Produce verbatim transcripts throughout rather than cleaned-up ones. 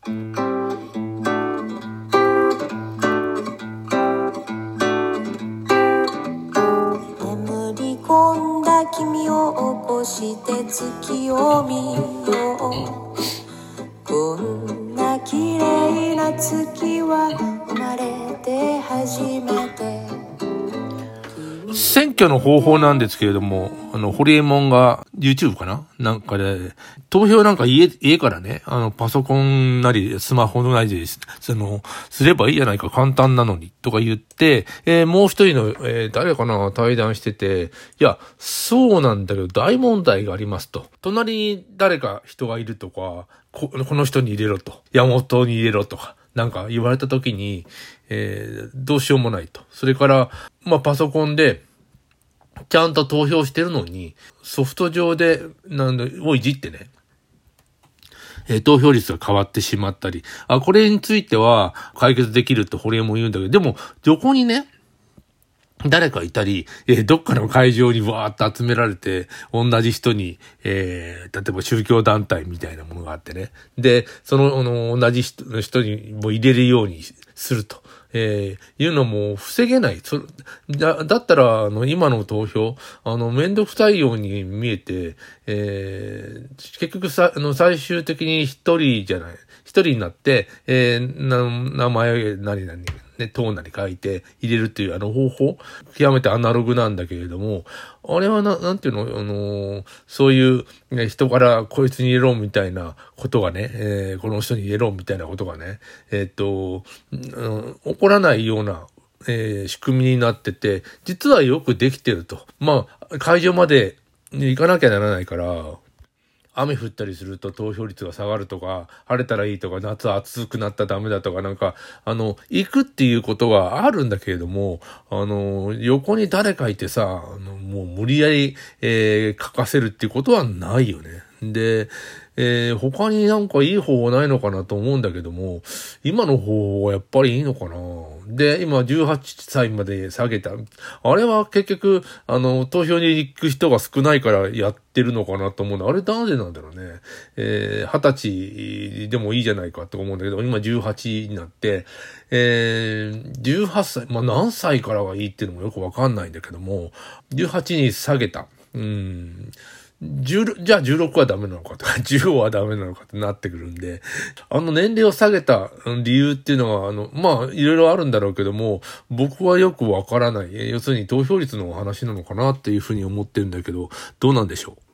り込んだ君を起こして月を見よう。こんな綺麗な月は生まれて初めて。 選挙の方法なんですけれども、あの、ホリエモンが YouTube かななんかで、投票なんか家、家からね、あの、パソコンなり、スマホなりで、その、すればいいじゃないか、簡単なのに、とか言って、えー、もう一人の、えー、誰かな、対談してて、いや、そうなんだけど、大問題がありますと。隣に誰か人がいるとか、こ, この人に入れろと。山本に入れろとか。なんか言われた時に、えー、どうしようもないと。それから、まあ、パソコンで、ちゃんと投票してるのに、ソフト上で、なんだ、をいじってね、えー、投票率が変わってしまったり、あ、これについては解決できるとホリエモン言うんだけど、でも、横にね、誰かいたり、えー、どっかの会場にわーっと集められて、同じ人に、えー、例えば宗教団体みたいなものがあってね。で、その、あの、同じ人の人にも入れるようにすると。えー、いうのも防げない。そだ、だったら、あの、今の投票、あの、めんどくさいように見えて、えー、結局さ、あの、最終的に一人じゃない、一人になって、えー、な、名前、何々、ね、党なり書いて入れるっていうあの方法、極めてアナログなんだけれども、あれはな、なんていうの、あのー、そういう、ね、人からこいつに入れろみたいなことがね、えー、この人に入れろみたいなことがね、えー、っと、うん、起こらないような、えー、仕組みになってて、実はよくできてると。まあ、会場まで行かなきゃならないから、雨降ったりすると投票率が下がるとか、晴れたらいいとか、夏暑くなったらダメだとか、なんか、あの、行くっていうことがあるんだけれども、あの、横に誰かいてさ、あのもう無理やり、えー、書かせるっていうことはないよね。で、えー、他になんかいい方法ないのかなと思うんだけども、今の方法はやっぱりいいのかな。で、今じゅうはっさいまで下げた。あれは結局、あの、投票に行く人が少ないからやってるのかなと思うの。あれなんでなんだろうね。えー、はたちでもいいじゃないかと思うんだけど、今じゅうはちになって、えー、じゅうはっさい、まあ、何歳からがいいっていうのもよくわかんないんだけども、じゅうはちに下げた。うん。じゅうじゃあじゅうろくはダメなのかとか、じゅうごはダメなのかってなってくるんで、あの年齢を下げた理由っていうのは、あの、まあ、いろいろあるんだろうけども、僕はよくわからない。要するに投票率の話なのかなっていうふうに思ってるんだけど、どうなんでしょう。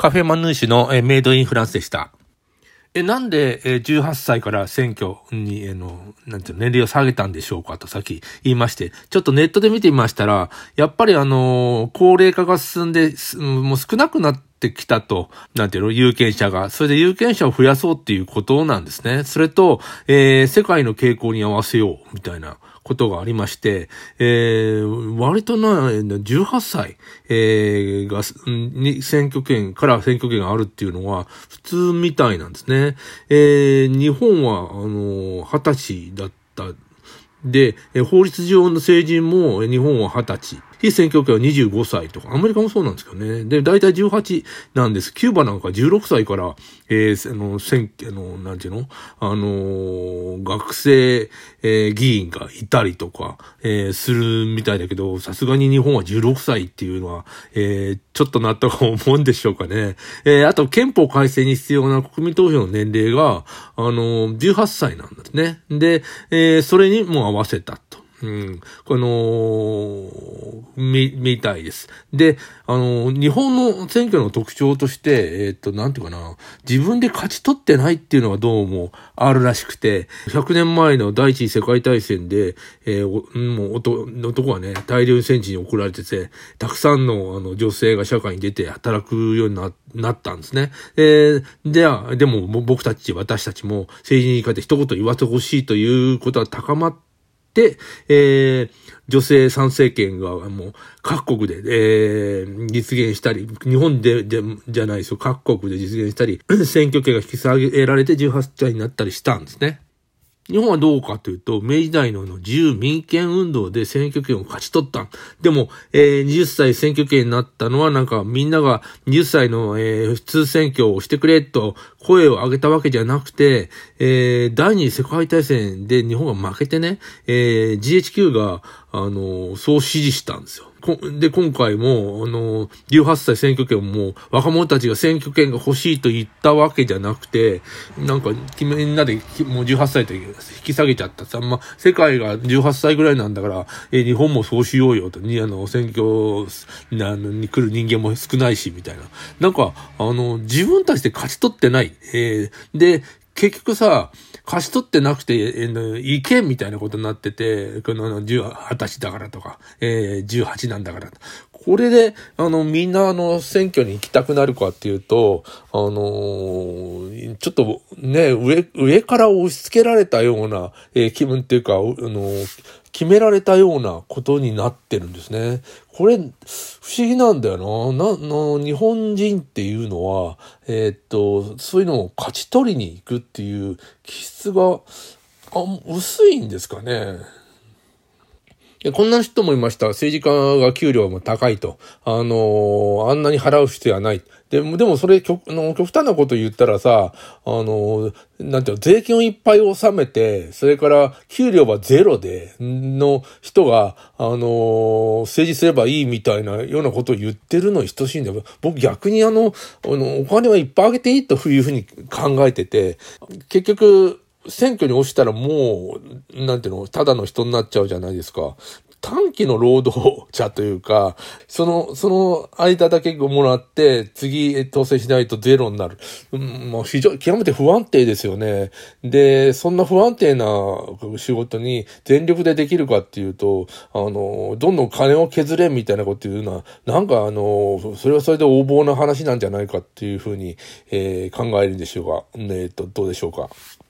カフェマヌーシュの、えー、メイドインフランスでした。え、なんで、えー、じゅうはっさいから選挙に、えー、の、なんていうの、年齢を下げたんでしょうかとさっき言いまして、ちょっとネットで見てみましたら、やっぱりあのー、高齢化が進んで、もう少なくなってきたと、なんていうの、有権者が。それで有権者を増やそうっていうことなんですね。それと、えー、世界の傾向に合わせよう、みたいなことがありまして、えー、割とな、じゅうはっさい、えー、が、に選挙権から選挙権があるっていうのは普通みたいなんですね。えー、日本は、あの、はたちだった。で、法律上の成人も日本ははたち。非選挙権はにじゅうごさいとか、アメリカもそうなんですけどね。で、大体じゅうはちなんです。キューバなんかじゅうろくさいから、えー、あの、選挙の、なんていうのあのー、学生、えー、議員がいたりとか、えー、するみたいだけど、さすがに日本はじゅうろくさいっていうのは、えー、ちょっとなったと思うんでしょうかね。えー、あと、憲法改正に必要な国民投票の年齢が、あのー、じゅうはっさいなんですね。で、えー、それにも合わせたと。うん、この、み、みたいです。で、あの、日本の選挙の特徴として、えっと、なんていうかな、自分で勝ち取ってないっていうのがどうもあるらしくて、ひゃくねんまえの第一次世界大戦で、えー、もう男、男はね、大量に戦地に送られてて、たくさんの、あの、女性が社会に出て働くようにな、なったんですね。えー、では、でも、僕たち、私たちも政治に勝って一言言わせてほしいということは高まって、で、えー、女性参政権がもう各国で、えー、実現したり、日本で、で、じゃないですよ、各国で実現したり、選挙権が引き下げられてじゅうはっさいになったりしたんですね。日本はどうかというと、明治時代の自由民権運動で選挙権を勝ち取った。でも、えー、はたち選挙権になったのはなんかみんながはたちの、えー、普通選挙をしてくれと声を上げたわけじゃなくて、えー、第二次世界大戦で日本が負けてね、えー、ジーエイチキュー が、あのー、そう支持したんですよ。で、今回も、あの、じゅうはっさい選挙権も、若者たちが選挙権が欲しいと言ったわけじゃなくて、なんか、みんなで、もうじゅうはっさいと引き下げちゃったさ、まあ、世界がじゅうはっさいぐらいなんだから、え、日本もそうしようよと、に、あの、選挙に来る人間も少ないし、みたいな。なんか、あの、自分たちで勝ち取ってない。えー、で、結局さ、勝ち取ってなくて、えー、いけんみたいなことになってて、この、じゅう、はたちだからとか、えー、じゅうはちなんだからと。これで、あの、みんな、あの、選挙に行きたくなるかっていうと、あのー、ちょっと、ね、上、上から押し付けられたような、えー、気分っていうか、あのー、決められたようなことになってるんですね。これ、不思議なんだよな。な、な、日本人っていうのは、えー、っと、そういうのを勝ち取りに行くっていう気質が、あ、薄いんですかね。こんな人もいました。政治家が給料も高いと。あのー、あんなに払う必要はない。でも、でもそれ極、あの、極端なこと言ったらさ、あのー、なんていうの、税金をいっぱい納めて、それから給料はゼロで、の人が、あのー、政治すればいいみたいなようなことを言ってるのに等しいんだよ。僕逆にあの、あの、お金はいっぱいあげていいというふうに考えてて、結局、選挙に落ちたらもう、なんていうの、ただの人になっちゃうじゃないですか。短期の労働者というか、その、その間だけもらって、次当選しないとゼロになる。うん、もう非常に極めて不安定ですよね。で、そんな不安定な仕事に全力でできるかっていうと、あの、どんどん金を削れみたいなこと言うのは、なんかあの、それはそれで横暴な話なんじゃないかっていうふうに、えー、考えるんでしょうか。えっと、どうでしょうか。